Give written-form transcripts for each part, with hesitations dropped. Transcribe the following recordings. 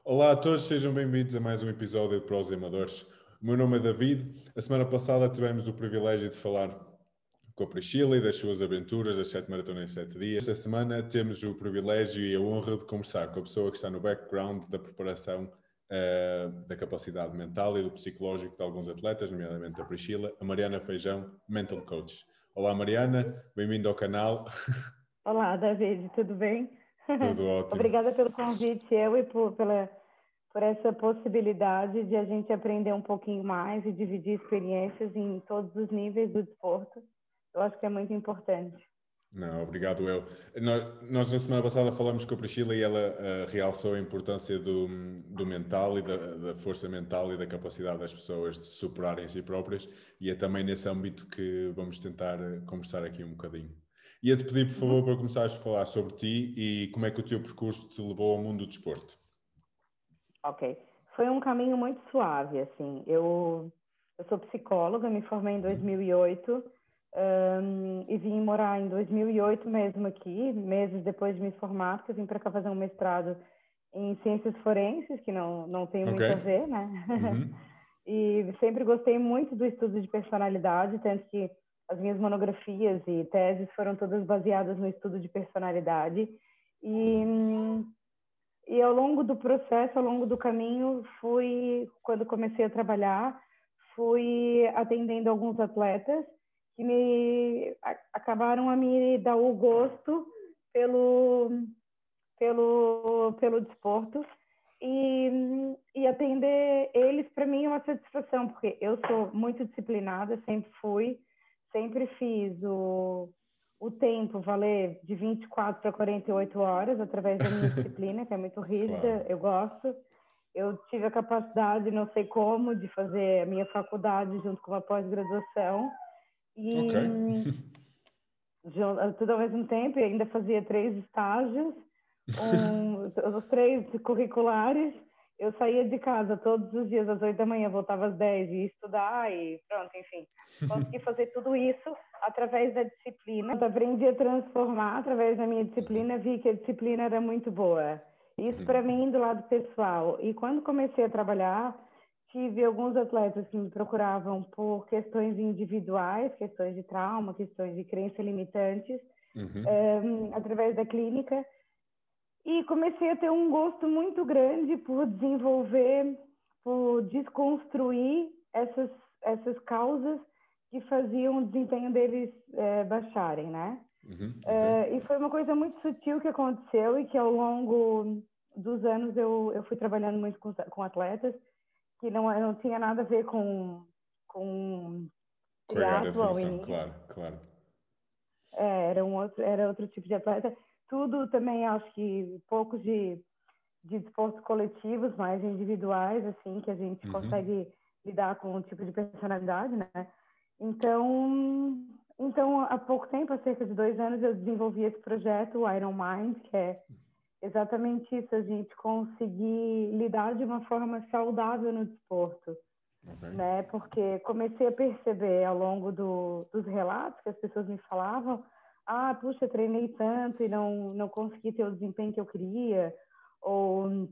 Olá a todos, sejam bem-vindos a mais um episódio de Prós e Amadores. O meu nome é David. A semana passada tivemos o privilégio de falar com a Priscila e das suas aventuras, das 7 maratonas em 7 dias. Esta semana temos o privilégio e a honra de conversar com a pessoa que está no background da preparação da capacidade mental e do psicológico de alguns atletas, nomeadamente a Priscila, a Mariana Feijão, Mental Coach. Olá Mariana, bem-vindo ao canal. Olá, David, tudo bem? Tudo ótimo. Obrigada pelo convite, por essa possibilidade de a gente aprender um pouquinho mais e dividir experiências em todos os níveis do desporto. Eu acho que é muito importante. Não, obrigado eu. Nós na semana passada falamos com a Priscila e ela realçou a importância do mental e da força mental e da capacidade das pessoas de se superarem a si próprias, e é também nesse âmbito que vamos tentar conversar aqui um bocadinho. Ia-te pedir, por favor, para começares a falar sobre ti e como é que o teu percurso te levou ao mundo do desporto. Ok. Foi um caminho muito suave, assim. Eu sou psicóloga, me formei em 2008 e vim morar em 2008 mesmo aqui, meses depois de me formar, porque eu vim para cá fazer um mestrado em ciências forenses, que não tem muito a ver, né? E sempre gostei muito do estudo de personalidade, tanto que as minhas monografias e teses foram todas baseadas no estudo de personalidade. E ao longo do processo, ao longo do caminho, quando comecei a trabalhar, fui atendendo alguns atletas que acabaram a me dar o gosto pelo desporto. E atender eles, para mim, é uma satisfação, porque eu sou muito disciplinada, sempre fiz o tempo valer de 24 para 48 horas através da minha disciplina, que é muito rígida, claro. Eu gosto. Eu tive a capacidade, não sei como, de fazer a minha faculdade junto com uma pós-graduação. E tudo ao mesmo tempo, e ainda fazia 3 estágios, os 3 curriculares. Eu saía de casa todos os dias às 8 da manhã, voltava às 10 e ia estudar e pronto, enfim. Consegui fazer tudo isso através da disciplina. Eu aprendi a transformar através da minha disciplina, vi que a disciplina era muito boa. Isso para mim do lado pessoal. E quando comecei a trabalhar, tive alguns atletas que me procuravam por questões individuais, questões de trauma, questões de crença limitantes, através da clínica. E comecei a ter um gosto muito grande por desenvolver, por desconstruir essas causas que faziam o desempenho deles baixarem, né? E foi uma coisa muito sutil que aconteceu e que ao longo dos anos eu fui trabalhando muito com atletas que não tinha nada a ver com triatlon, claro. Era outro tipo de atleta. Tudo também, acho que poucos de desportos coletivos, mais individuais, assim, que a gente consegue lidar com um tipo de personalidade, né? Então, há pouco tempo, há cerca de 2 anos, eu desenvolvi esse projeto, o Iron Mind, que é exatamente isso, a gente conseguir lidar de uma forma saudável no desporto. Né? Porque comecei a perceber ao longo dos relatos que as pessoas me falavam, puxa, treinei tanto e não consegui ter o desempenho que eu queria, ou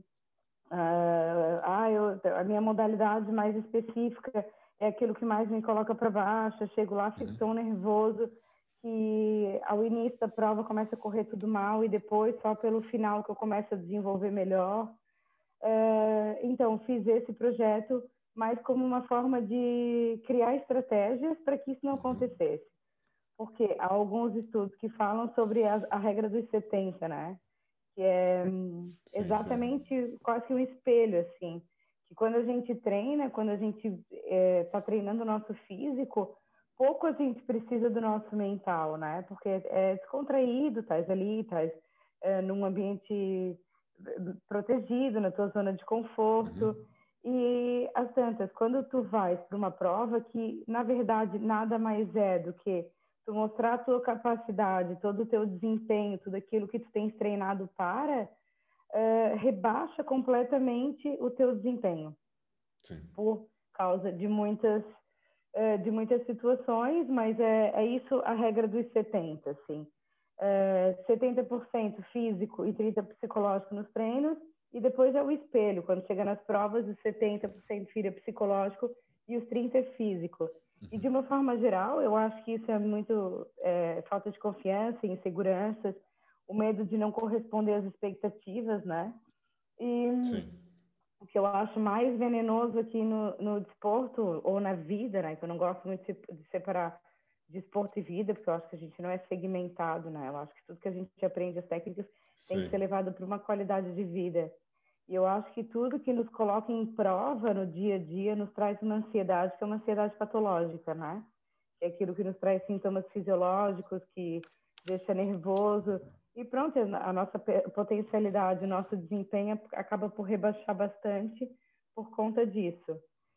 a minha modalidade mais específica é aquilo que mais me coloca para baixo, eu chego lá, fico tão nervoso que ao início da prova começa a correr tudo mal e depois só pelo final que eu começo a desenvolver melhor. Então, fiz esse projeto mas como uma forma de criar estratégias para que isso não acontecesse. Porque há alguns estudos que falam sobre a regra dos 70, né? Que é exatamente quase que um espelho, assim. Que quando a gente treina, quando a gente está treinando o nosso físico, pouco a gente precisa do nosso mental, né? Porque é descontraído, estás ali, estás num ambiente protegido, na tua zona de conforto. E as tantas, quando tu vais para uma prova que, na verdade, nada mais é do que tu mostrar a tua capacidade, todo o teu desempenho, tudo aquilo que tu tens treinado rebaixa completamente o teu desempenho. Por causa de muitas situações, mas é isso a regra dos 70, assim. 70% físico e 30% psicológico nos treinos, E depois é o espelho, quando chega nas provas, os 70% vira psicológico e os 30% é físico. E de uma forma geral, eu acho que isso é muito falta de confiança, inseguranças, o medo de não corresponder às expectativas, né? E Sim. o que eu acho mais venenoso aqui no desporto ou na vida, né? Que eu não gosto muito de separar desporto e vida, porque eu acho que a gente não é segmentado, né? Eu acho que tudo que a gente aprende, as técnicas, tem Sim. que ser levado para uma qualidade de vida. E eu acho que tudo que nos coloca em prova no dia a dia nos traz uma ansiedade, que é uma ansiedade patológica, né? É aquilo que nos traz sintomas fisiológicos, que deixa nervoso. E pronto, a nossa potencialidade, o nosso desempenho acaba por rebaixar bastante por conta disso.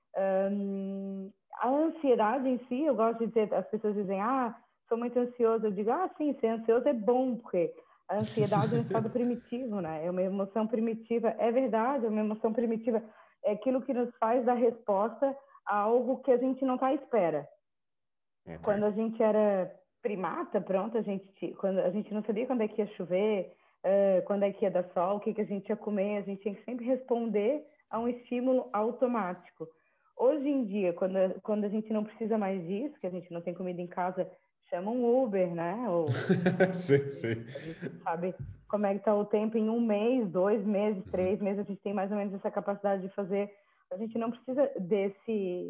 A ansiedade em si, eu gosto de dizer, as pessoas dizem, sou muito ansioso. Eu digo, sim, ser ansioso é bom, porque a ansiedade é um estado primitivo, né? É uma emoção primitiva. É verdade, é uma emoção primitiva. É aquilo que nos faz dar resposta a algo que a gente não está à espera. Okay. Quando a gente era primata, pronto, quando a gente não sabia quando é que ia chover, quando é que ia dar sol, o que a gente ia comer, a gente tinha que sempre responder a um estímulo automático. Hoje em dia, quando a gente não precisa mais disso, que a gente não tem comida em casa, chama um Uber, né? Ou, sim, sim. A gente sabe como é que está o tempo em 1 mês, 2 meses, 3 meses, a gente tem mais ou menos essa capacidade de fazer. A gente não precisa desse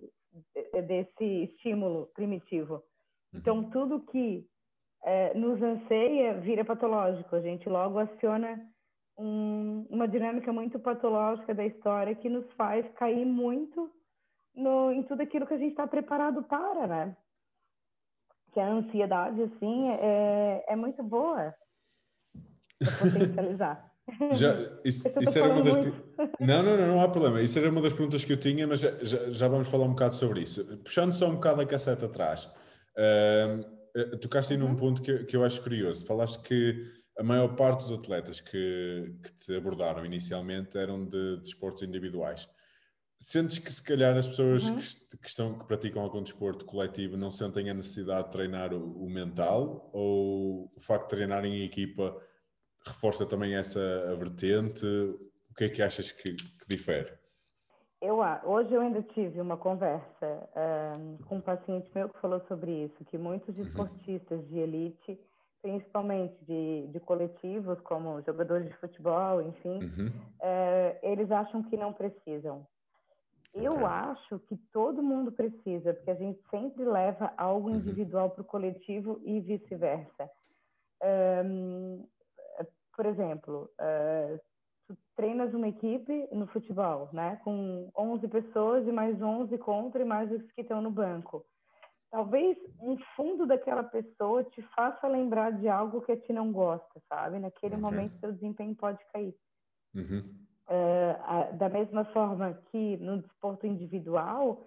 estímulo primitivo. Então, tudo que nos anseia vira patológico. A gente logo aciona uma dinâmica muito patológica da história que nos faz cair muito em tudo aquilo que a gente está preparado para, né? Que a ansiedade, assim, é muito boa para potencializar. Isso era uma das... Não há problema. Isso era uma das perguntas que eu tinha, mas já vamos falar um bocado sobre isso. Puxando só um bocado a cassete atrás, tocaste aí num ponto que eu acho curioso. Falaste que a maior parte dos atletas que te abordaram inicialmente eram de desportos individuais. Sentes que se calhar as pessoas que praticam algum desporto coletivo não sentem a necessidade de treinar o mental, ou o facto de treinarem em equipa reforça também essa vertente? O que é que achas que difere? Hoje eu ainda tive uma conversa com um paciente meu que falou sobre isso, que muitos desportistas de elite, principalmente de coletivos, como jogadores de futebol, enfim, eles acham que não precisam. Eu acho que todo mundo precisa, porque a gente sempre leva algo individual para o coletivo e vice-versa. Por exemplo, tu treinas uma equipe no futebol, né? Com 11 pessoas e mais 11 contra e mais os que estão no banco. Talvez um fundo daquela pessoa te faça lembrar de algo que a ti não gosta, sabe? Naquele momento, seu desempenho pode cair. Da mesma forma que no desporto individual,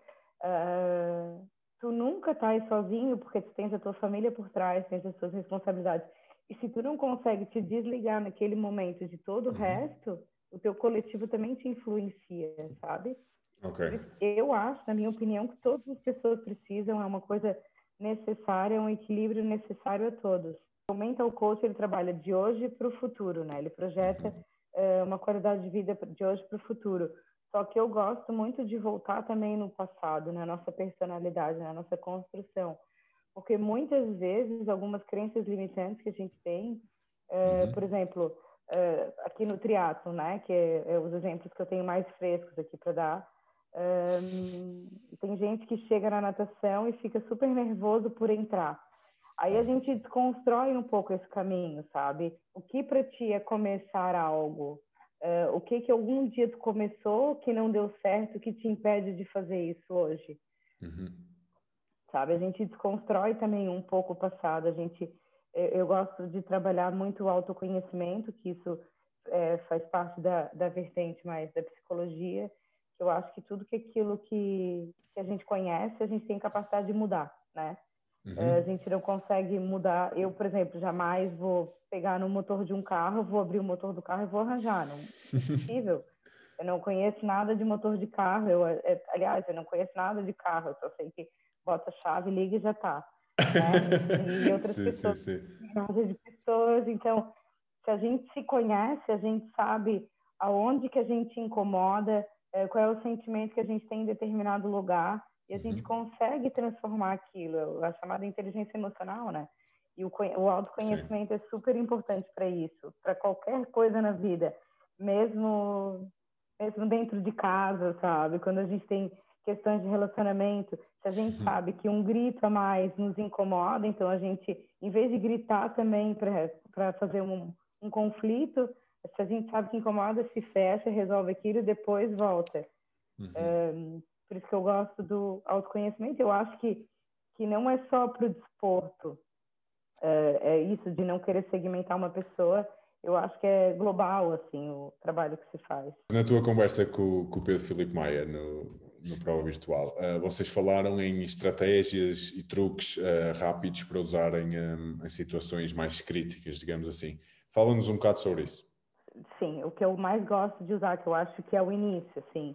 tu nunca estás sozinho, porque tu tens a tua família por trás, tens as tuas responsabilidades. E se tu não consegue te desligar naquele momento de todo o resto, o teu coletivo também te influencia, sabe? Eu acho, na minha opinião, que todas as pessoas precisam, é uma coisa necessária, é um equilíbrio necessário a todos. O mental coach, ele trabalha de hoje para o futuro, né? Ele projeta uma qualidade de vida de hoje para o futuro. Só que eu gosto muito de voltar também no passado, na nossa personalidade, na nossa construção. Porque muitas vezes, algumas crenças limitantes que a gente tem, por exemplo, aqui no triatlo, né, que é os exemplos que eu tenho mais frescos aqui para dar, tem gente que chega na natação e fica super nervoso por entrar. Aí a gente desconstrói um pouco esse caminho, sabe? O que para ti é começar algo? O que algum dia tu começou que não deu certo, que te impede de fazer isso hoje? Sabe? A gente desconstrói também um pouco o passado. Eu gosto de trabalhar muito o autoconhecimento, que isso faz parte da vertente mais da psicologia. Eu acho que tudo aquilo que a gente conhece, a gente tem capacidade de mudar, né? A gente não consegue mudar. Eu, por exemplo, jamais vou pegar no motor de um carro, vou abrir o motor do carro e vou arranjar. Não, impossível. Eu não conheço nada de motor de carro. Aliás, eu não conheço nada de carro. Eu só sei que bota a chave, liga e já está. Né? E outras pessoas. Então, se a gente se conhece, a gente sabe aonde que a gente incomoda, qual é o sentimento que a gente tem em determinado lugar, e a gente consegue transformar aquilo, a chamada inteligência emocional, né? E o autoconhecimento é super importante para isso, para qualquer coisa na vida, mesmo dentro de casa, sabe? Quando a gente tem questões de relacionamento, se a gente sabe que um grito a mais nos incomoda, então a gente, em vez de gritar também para fazer um conflito, se a gente sabe que incomoda, se fecha, resolve aquilo e depois volta. Por isso que eu gosto do autoconhecimento. Eu acho que não é só para o desporto, é isso de não querer segmentar uma pessoa. Eu acho que é global, assim, o trabalho que se faz. Na tua conversa com o Pedro Filipe Maia no Prova Virtual, vocês falaram em estratégias e truques rápidos para usarem em situações mais críticas, digamos assim. Fala-nos um bocado sobre isso. Sim, o que eu mais gosto de usar, que eu acho que é o início, assim,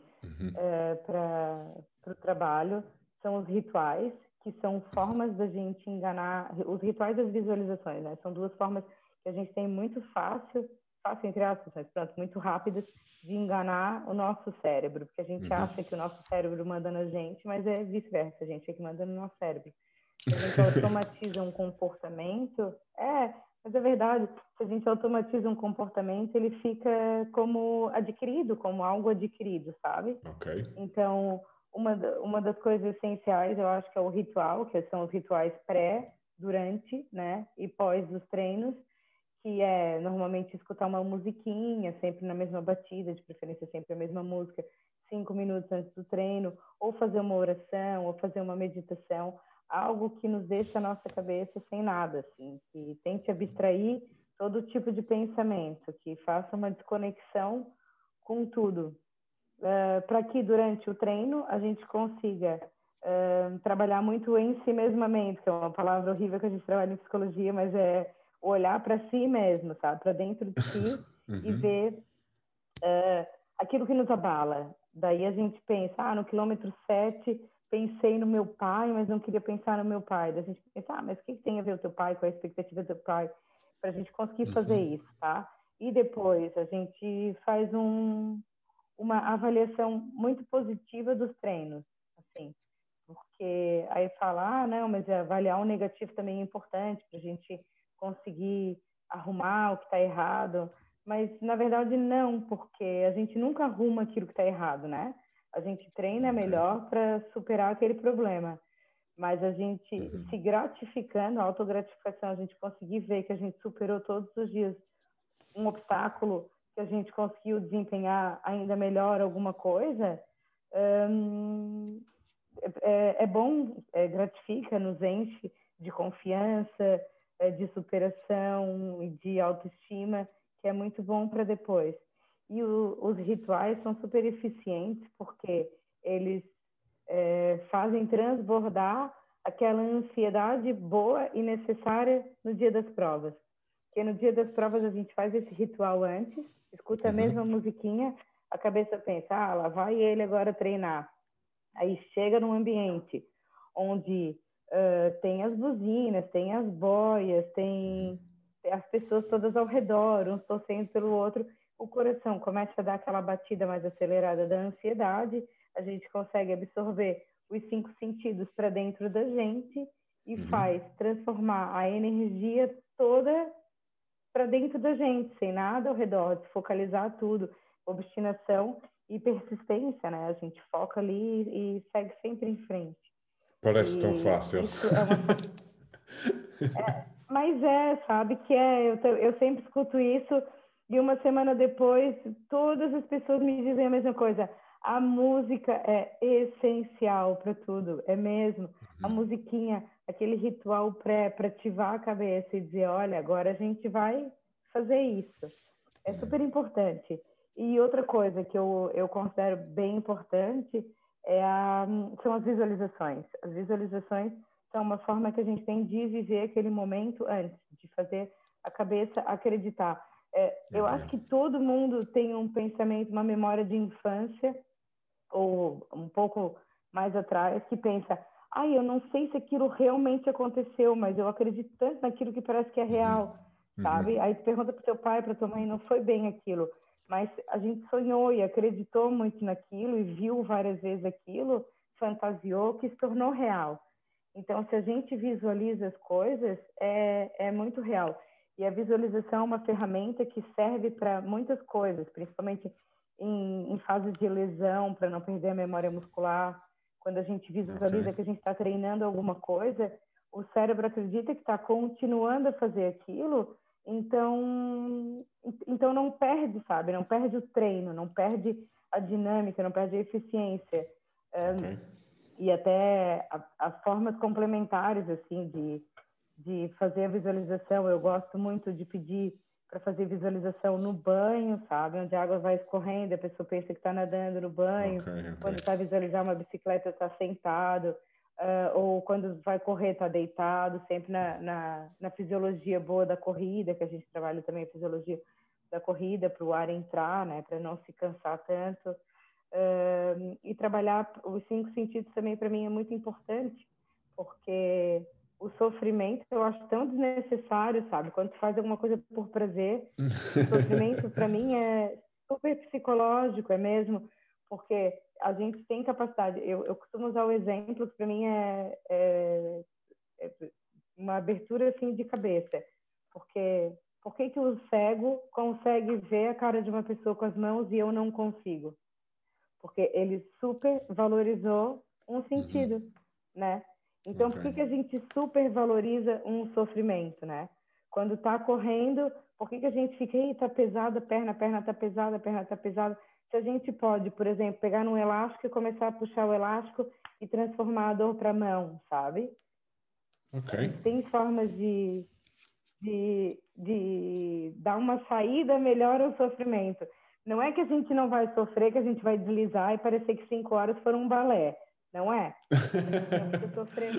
para o trabalho, são os rituais, que são formas da gente enganar, os rituais das visualizações, né? São duas formas que a gente tem muito fácil entre aspas, mas pronto, muito rápidas, de enganar o nosso cérebro, porque a gente acha que o nosso cérebro manda na gente, mas é vice-versa, a gente é que manda no nosso cérebro. Se a gente automatiza um comportamento, mas é verdade, se a gente automatiza um comportamento, ele fica como adquirido, como algo adquirido, sabe? Ok. Então, uma das coisas essenciais, eu acho que é o ritual, que são os rituais pré, durante, né, e pós os treinos, que é normalmente escutar uma musiquinha, sempre na mesma batida, de preferência sempre a mesma música, 5 minutos antes do treino, ou fazer uma oração, ou fazer uma meditação, algo que nos deixa a nossa cabeça sem nada, assim, que tente abstrair todo tipo de pensamento, que faça uma desconexão com tudo, para que durante o treino a gente consiga trabalhar muito o ensimesmamento, que é uma palavra horrível que a gente trabalha em psicologia, mas é olhar para si mesmo, sabe? Para dentro de si e ver aquilo que nos abala. Daí a gente pensa, no quilômetro 7 pensei no meu pai, mas não queria pensar no meu pai. Daí a gente pensa, mas o que tem a ver o teu pai com a expectativa do teu pai? Para a gente conseguir fazer isso, tá? E depois a gente faz uma avaliação muito positiva dos treinos, assim, porque aí fala, não, mas avaliar o negativo também é importante para a gente conseguir arrumar o que está errado, mas na verdade não, porque a gente nunca arruma aquilo que está errado, né? A gente treina melhor para superar aquele problema, mas a gente se gratificando, a autogratificação, a gente conseguir ver que a gente superou todos os dias um obstáculo, que a gente conseguiu desempenhar ainda melhor alguma coisa, é bom, gratifica, nos enche de confiança, de superação e de autoestima, que é muito bom para depois. E os rituais são super eficientes porque eles fazem transbordar aquela ansiedade boa e necessária no dia das provas. Porque no dia das provas a gente faz esse ritual antes, escuta a mesma musiquinha, a cabeça pensa, lá vai ele agora treinar. Aí chega num ambiente onde tem as buzinas, tem as boias, tem as pessoas todas ao redor, uns torcendo pelo outro, o coração começa a dar aquela batida mais acelerada da ansiedade, a gente consegue absorver os 5 sentidos para dentro da gente e faz transformar a energia toda para dentro da gente, sem nada ao redor, de focalizar tudo, obstinação e persistência, né? A gente foca ali e segue sempre em frente. Parece tão fácil. Isso é uma coisa... mas sabe que eu sempre escuto isso e uma semana depois todas as pessoas me dizem a mesma coisa. A música é essencial para tudo, é mesmo. A musiquinha, aquele ritual para ativar a cabeça e dizer, olha, agora a gente vai fazer isso. É super importante. E outra coisa que eu considero bem importante são as visualizações. As visualizações são uma forma que a gente tem de viver aquele momento antes, de fazer a cabeça acreditar. Eu acho que todo mundo tem um pensamento, uma memória de infância, ou um pouco mais atrás, que pensa, eu não sei se aquilo realmente aconteceu, mas eu acredito tanto naquilo que parece que é real, sabe? Aí tu pergunta pro teu pai, pra tua mãe, não foi bem aquilo. mas a gente sonhou e acreditou muito naquilo e viu várias vezes aquilo, fantasiou, que se tornou real. Então, se a gente visualiza as coisas, é muito real. E a visualização é uma ferramenta que serve para muitas coisas, principalmente em fases de lesão, para não perder a memória muscular. Quando a gente visualiza que a gente está treinando alguma coisa, o cérebro acredita que está continuando a fazer aquilo, então não perde, sabe? Não perde o treino, não perde a dinâmica, não perde a eficiência. E até as formas complementares, assim, de fazer a visualização. Eu gosto muito de pedir para fazer visualização no banho, sabe? Onde a água vai escorrendo, a pessoa pensa que está nadando no banho. Quando está a visualizar uma bicicleta, está sentado. Ou quando vai correr, está deitado. Sempre na fisiologia boa da corrida, que a gente trabalha também a fisiologia da corrida, para o ar entrar, né? Para não se cansar tanto. E trabalhar os 5 sentidos também, para mim, é muito importante, porque o sofrimento eu acho tão desnecessário, sabe? Quando tu faz alguma coisa por prazer, o sofrimento para mim é super psicológico, é mesmo, porque a gente tem capacidade. Eu costumo usar o exemplo que para mim é uma abertura assim de cabeça, porque por que o cego consegue ver a cara de uma pessoa com as mãos e eu não consigo? Porque ele super valorizou um sentido, né? Então, por que a gente super valoriza um sofrimento, né? Quando tá correndo, por que a gente fica, tá pesada, a perna tá pesada, a perna tá pesada? Se a gente pode, por exemplo, pegar num elástico e começar a puxar o elástico e transformar a dor para a mão, sabe? A gente tem formas de dar uma saída melhor ao sofrimento. Não é que a gente não vai sofrer, que a gente vai deslizar e parecer que 5 horas foram um balé. Não é? Temos que sofrer.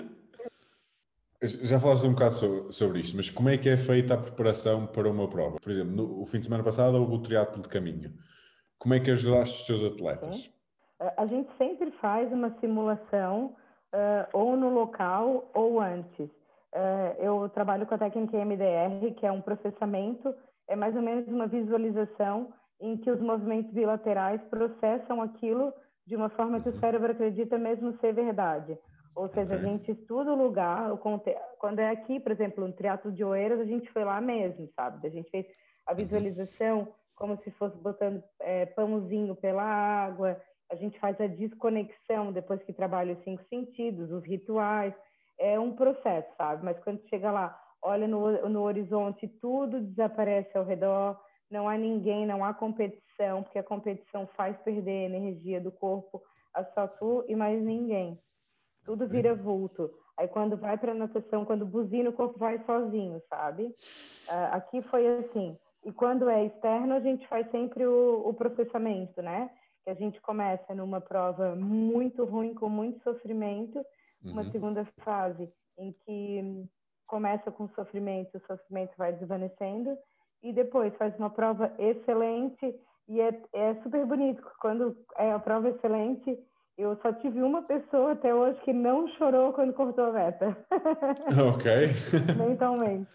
Já falaste um bocado sobre isto, mas como é que é feita a preparação para uma prova? Por exemplo, no fim de semana passado houve o triatlo de caminho. Como é que ajudaste os teus atletas? Sim. A gente sempre faz uma simulação ou no local ou antes. Eu trabalho com a técnica MDR, que é um processamento, é mais ou menos uma visualização em que os movimentos bilaterais processam aquilo de uma forma que o cérebro acredita mesmo ser verdade. Ou seja, a gente estuda o lugar, quando é aqui, por exemplo, no triatlo de Oeiras, a gente foi lá mesmo, sabe? A gente fez a visualização como se fosse botando pãozinho pela água, a gente faz a desconexão depois que trabalha os 5 sentidos, os rituais, é um processo, sabe? Mas quando chega lá, olha no horizonte, tudo desaparece ao redor, não há ninguém, não há competição, porque a competição faz perder a energia do corpo, a só tu e mais ninguém. Tudo vira vulto. Aí quando vai para a natação, quando buzina, o corpo vai sozinho, sabe? Aqui foi assim. E quando é externo, a gente faz sempre o processamento, né? Que a gente começa numa prova muito ruim, com muito sofrimento, uma segunda fase em que começa com sofrimento, o sofrimento vai desvanecendo, e depois faz uma prova excelente, e é super bonito. Quando é a prova excelente, eu só tive uma pessoa até hoje que não chorou quando cortou a meta. Ok. Mentalmente.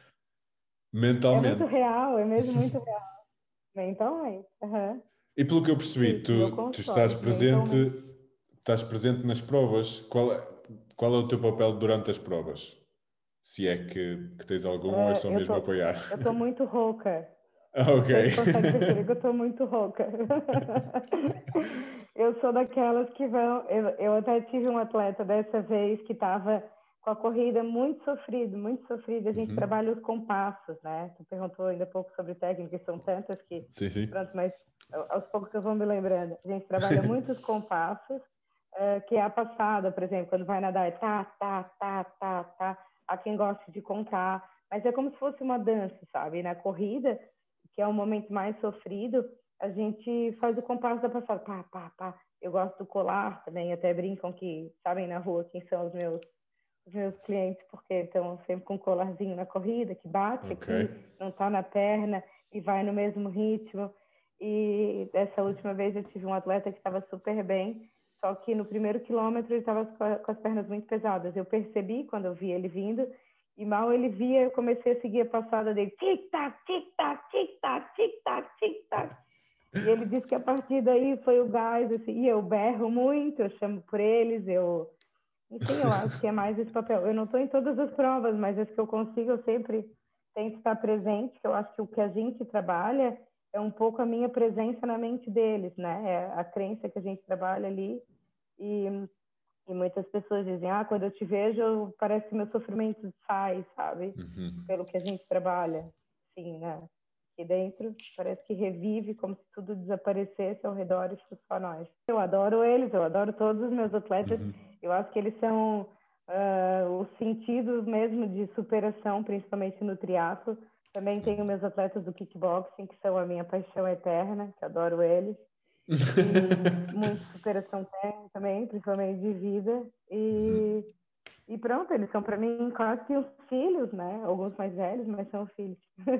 É muito real, é mesmo muito real. Mentalmente. E pelo que eu percebi, Isso, meu tu consultório, mentalmente. estás presente nas provas. Qual é o teu papel durante as provas? Se é que tens algum ou é só mesmo apoiar? Eu tô muito rouca. Não Ok. sei se consegue perceber que eu tô muito rouca. Eu sou daquelas que vão... Eu até tive um atleta dessa vez que estava com a corrida muito sofrido, muito sofrido. A gente trabalha os compassos, né? Tu perguntou ainda há pouco sobre técnicas, são tantas que... Sim. Pronto, mas aos poucos eu vou me lembrando. A gente trabalha muitos compassos, que é a passada, por exemplo, quando vai nadar é tá, tá, tá, tá, tá. Há quem goste de contar, mas é como se fosse uma dança, sabe? E na corrida, que é o momento mais sofrido, a gente faz o compasso da passada, pá, pá, pá. Eu gosto do colar também, até brincam que sabem na rua quem são os meus clientes, porque estão sempre com um colarzinho na corrida, que bate aqui, não está na perna e vai no mesmo ritmo. E dessa última vez eu tive um atleta que estava super bem, só que no primeiro quilômetro ele estava com as pernas muito pesadas. Eu percebi quando eu vi ele vindo, e mal ele via, eu comecei a seguir a passada dele. Tic-tac, tic-tac, tic-tac, tic-tac, tic-tac. E ele disse que a partir daí foi o gás, assim, e eu berro muito, eu chamo por eles, enfim, eu acho que é mais esse papel. Eu não estou em todas as provas, mas as que eu consigo, eu sempre tento estar presente, que eu acho que o que a gente trabalha é um pouco a minha presença na mente deles, né? É a crença que a gente trabalha ali. E, e muitas pessoas dizem, quando eu te vejo, parece que meu sofrimento sai, sabe? Uhum. Pelo que a gente trabalha, sim, né? Aqui dentro parece que revive como se tudo desaparecesse ao redor e fosse só nós. Eu adoro eles, eu adoro todos os meus atletas. Uhum. Eu acho que eles são os sentidos mesmo de superação, principalmente no triatlo. Também tenho meus atletas do kickboxing, que são a minha paixão eterna, que adoro eles. E muita superação tem também, principalmente de vida. E pronto, eles são para mim quase que os filhos, né? Alguns mais velhos, mas são filhos.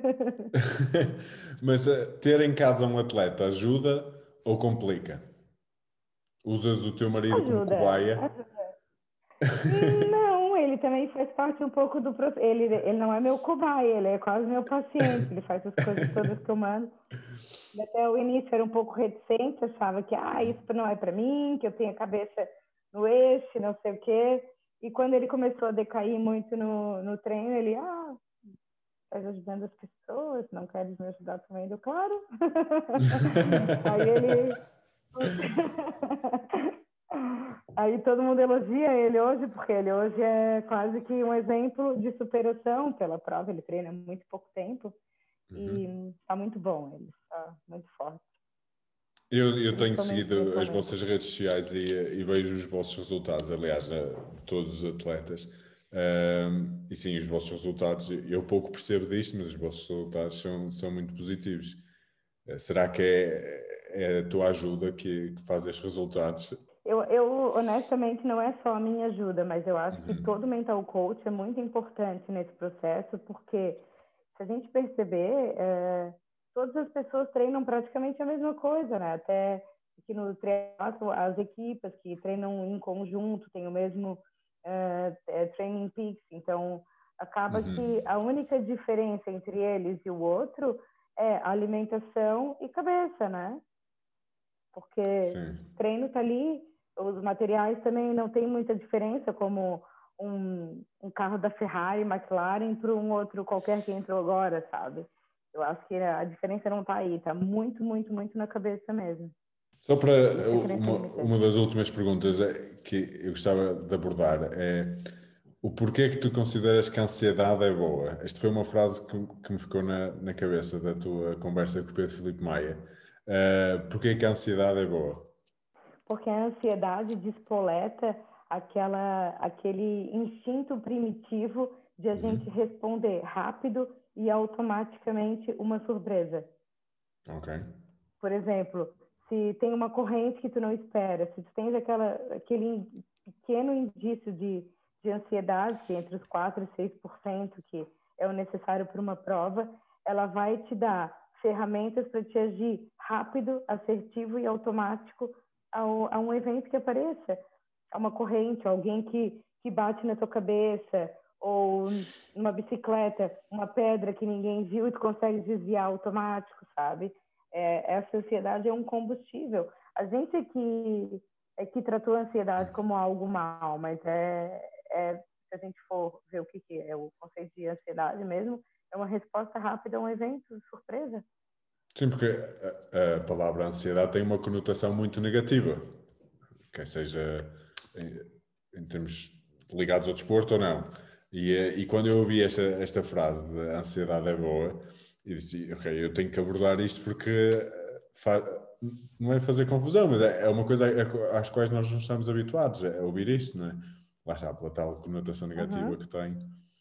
Mas ter em casa um atleta ajuda ou complica? Usas o teu marido como Ajuda, cobaia? ajuda. Não, ele também faz parte um pouco do processo. Ele não é meu cobaia, ele é quase meu paciente. Ele faz as coisas todas que eu mando. Até o início era um pouco reticente, achava que isso não é para mim, que eu tenho a cabeça no eixo, não sei o quê. E quando ele começou a decair muito no treino, ele, estás ajudando as pessoas, não queres me ajudar também? Eu, claro. Aí ele... Aí todo mundo elogia ele hoje, porque ele hoje é quase que um exemplo de superação pela prova. Ele treina há muito pouco tempo e está muito bom, ele está muito forte. Eu tenho Principalmente nesse seguido as momento. vossas redes sociais e vejo os vossos resultados, aliás, todos os atletas. E sim, os vossos resultados, eu pouco percebo disto, mas os vossos resultados são muito positivos. Será que é a tua ajuda que faz estes resultados? Eu honestamente não é só a minha ajuda, mas eu acho que Uhum. todo mental coach é muito importante nesse processo, porque se a gente perceber, todas as pessoas treinam praticamente a mesma coisa, né? Até que no triatlo, as equipes que treinam em conjunto têm o mesmo training peaks, então acaba que Uhum. a única diferença entre eles e o outro é alimentação e cabeça, né? Porque Sim. treino tá ali, os materiais também não tem muita diferença, como um carro da Ferrari, McLaren, para um outro qualquer que entrou agora, sabe? Eu acho que a diferença não tá aí, tá muito, muito, muito na cabeça mesmo. Só para Isso é que nem uma das últimas perguntas que eu gostava de abordar é o porquê que tu consideras que a ansiedade é boa? Esta foi uma frase que me ficou na cabeça da tua conversa com o Pedro Filipe Maia. Porquê que a ansiedade é boa? Porque a ansiedade despoleta aquele instinto primitivo de a gente Uhum. responder rápido e automaticamente uma surpresa. Ok. Por exemplo, se tem uma corrente que tu não espera, se tu tens aquele pequeno indício de ansiedade, que entre os 4% e 6% que é o necessário para uma prova, ela vai te dar ferramentas para te agir rápido, assertivo e automático a um evento que apareça, a uma corrente, alguém que bate na tua cabeça, ou uma bicicleta, uma pedra que ninguém viu e tu consegue desviar automático, sabe? Essa ansiedade é um combustível. A gente que tratou a ansiedade como algo mal, mas se a gente for ver o que é o conceito de ansiedade mesmo, é uma resposta rápida a um evento surpresa. Sim, porque a palavra ansiedade tem uma conotação muito negativa, quer seja em termos ligados ao desporto ou não. E quando eu ouvi esta frase de ansiedade é boa, eu disse, ok, eu tenho que abordar isto porque não é fazer confusão, mas é uma coisa às quais nós não estamos habituados, é ouvir isto, não é? Lá está, pela tal conotação negativa que tem.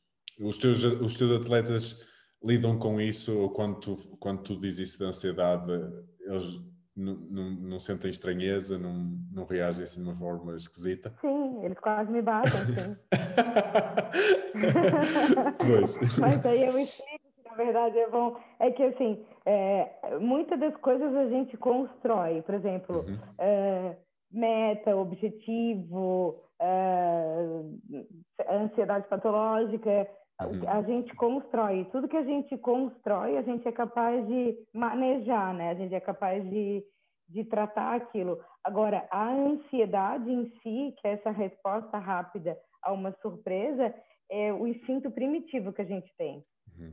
Os teus atletas lidam com isso, ou quando tu dizes isso de ansiedade, eles não sentem estranheza, não reagem assim de uma forma esquisita? Sim, eles quase me batem, sim. Pois. Mas aí eu explico que, na verdade, é bom. É que, assim, muitas das coisas a gente constrói. Por exemplo, Uhum. meta, objetivo, ansiedade patológica. A gente constrói. Tudo que a gente constrói, a gente é capaz de manejar, né? A gente é capaz de tratar aquilo. Agora, a ansiedade em si, que é essa resposta rápida a uma surpresa, é o instinto primitivo que a gente tem.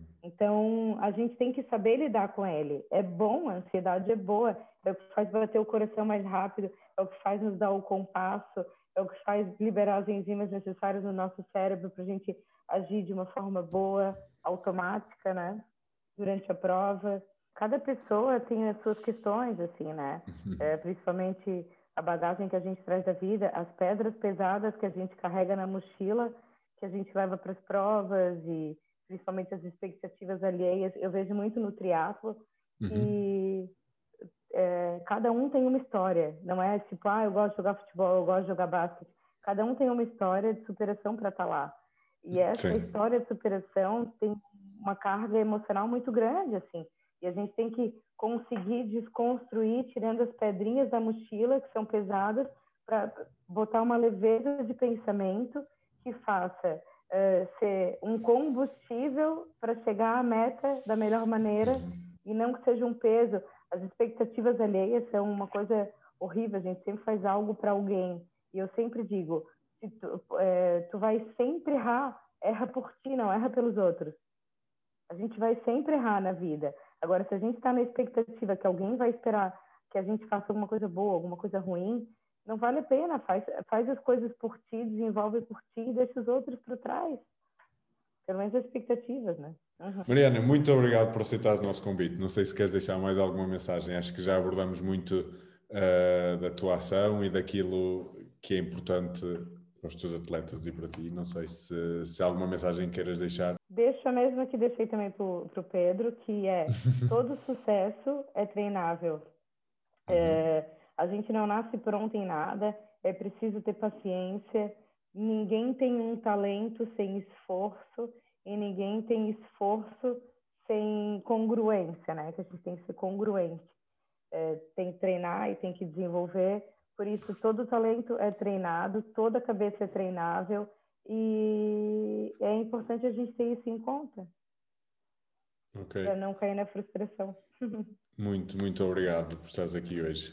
Então, a gente tem que saber lidar com ele. É bom, a ansiedade é boa, é o que faz bater o coração mais rápido, é o que faz nos dar o compasso, é o que faz liberar as enzimas necessárias no nosso cérebro para a gente agir de uma forma boa, automática, né? Durante a prova. Cada pessoa tem as suas questões, assim, né? Principalmente a bagagem que a gente traz da vida, as pedras pesadas que a gente carrega na mochila, que a gente leva para as provas e principalmente as expectativas alheias. Eu vejo muito no triatlo que cada um tem uma história. Não é tipo, eu gosto de jogar futebol, eu gosto de jogar basquete. Cada um tem uma história de superação para estar lá. E essa história de superação tem uma carga emocional muito grande, assim. E a gente tem que conseguir desconstruir, tirando as pedrinhas da mochila, que são pesadas, para botar uma leveza de pensamento que faça ser um combustível para chegar à meta da melhor maneira e não que seja um peso. As expectativas alheias são uma coisa horrível, a gente sempre faz algo para alguém. E eu sempre digo, se tu vai sempre errar, erra por ti, não erra pelos outros. A gente vai sempre errar na vida. Agora, se a gente está na expectativa que alguém vai esperar que a gente faça alguma coisa boa, alguma coisa ruim, não vale a pena. Faz as coisas por ti, desenvolve por ti e deixa os outros por trás. Pelo menos as expectativas, né? Mariana, muito obrigado por aceitar o nosso convite. Não sei se queres deixar mais alguma mensagem. Acho que já abordamos muito da tua ação e daquilo que é importante para os teus atletas e para ti. Não sei se há alguma mensagem queiras deixar. Deixo a mesma que deixei também para o Pedro, que é todo sucesso é treinável. A gente não nasce pronto em nada, é preciso ter paciência. Ninguém tem um talento sem esforço e ninguém tem esforço sem congruência, né? Que a gente tem que ser congruente. Tem que treinar e tem que desenvolver. Por isso, todo talento é treinado, toda cabeça é treinável e é importante a gente ter isso em conta. Okay. Para não cair na frustração. Muito, muito obrigado por estares aqui hoje.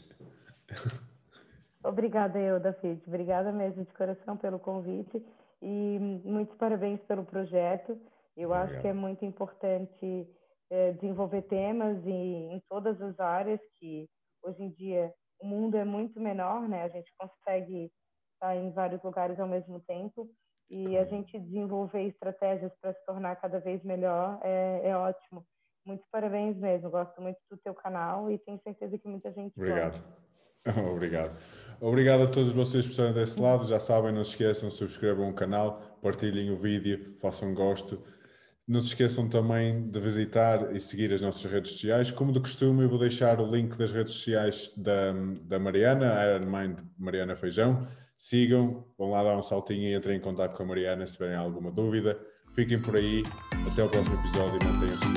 Obrigada eu, David. Obrigada mesmo de coração pelo convite e muitos parabéns pelo projeto. Eu acho que é muito importante desenvolver temas em todas as áreas, que hoje em dia o mundo é muito menor, né? A gente consegue estar em vários lugares ao mesmo tempo e a gente desenvolver estratégias para se tornar cada vez melhor é ótimo. Muitos parabéns mesmo. Gosto muito do teu canal e tenho certeza que muita gente Obrigado. Obrigado. Obrigado a todos vocês por estarem desse lado. Já sabem, não se esqueçam, subscrevam o canal, partilhem o vídeo, façam gosto. Não se esqueçam também de visitar e seguir as nossas redes sociais. Como de costume, eu vou deixar o link das redes sociais da Mariana, Ironmind Mariana Feijão. Sigam, vão lá dar um saltinho e entrem em contato com a Mariana se tiverem alguma dúvida. Fiquem por aí. Até o próximo episódio e mantenham-se